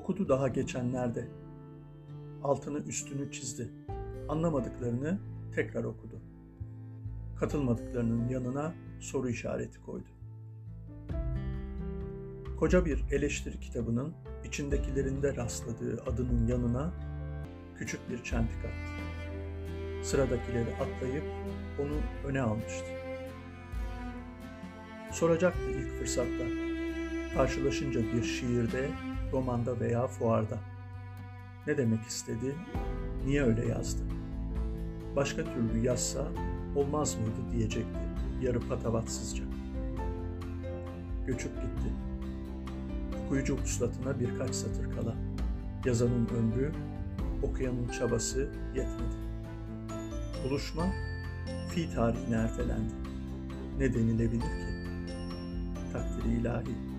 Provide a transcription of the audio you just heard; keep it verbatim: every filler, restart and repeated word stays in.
Okudu daha geçenlerde. Altını üstünü çizdi. Anlamadıklarını tekrar okudu. Katılmadıklarının yanına soru işareti koydu. Koca bir eleştiri kitabının içindekilerinde rastladığı adının yanına küçük bir çentik attı. Sıradakileri atlayıp onu öne almıştı. Soracaktı ilk fırsatta, karşılaşınca bir şiirde, romanda veya fuarda. Ne demek istedi, niye öyle yazdı? Başka türlü yazsa olmaz mıydı diyecekti yarı patavatsızca. Göçüp gitti. Okuyucu vuslatına birkaç satır kala. Yazanın ömrü, okuyanın çabası yetmedi. Buluşma, fi tarihine ertelendi. Ne denilebilir ki? Takdiri ilahi.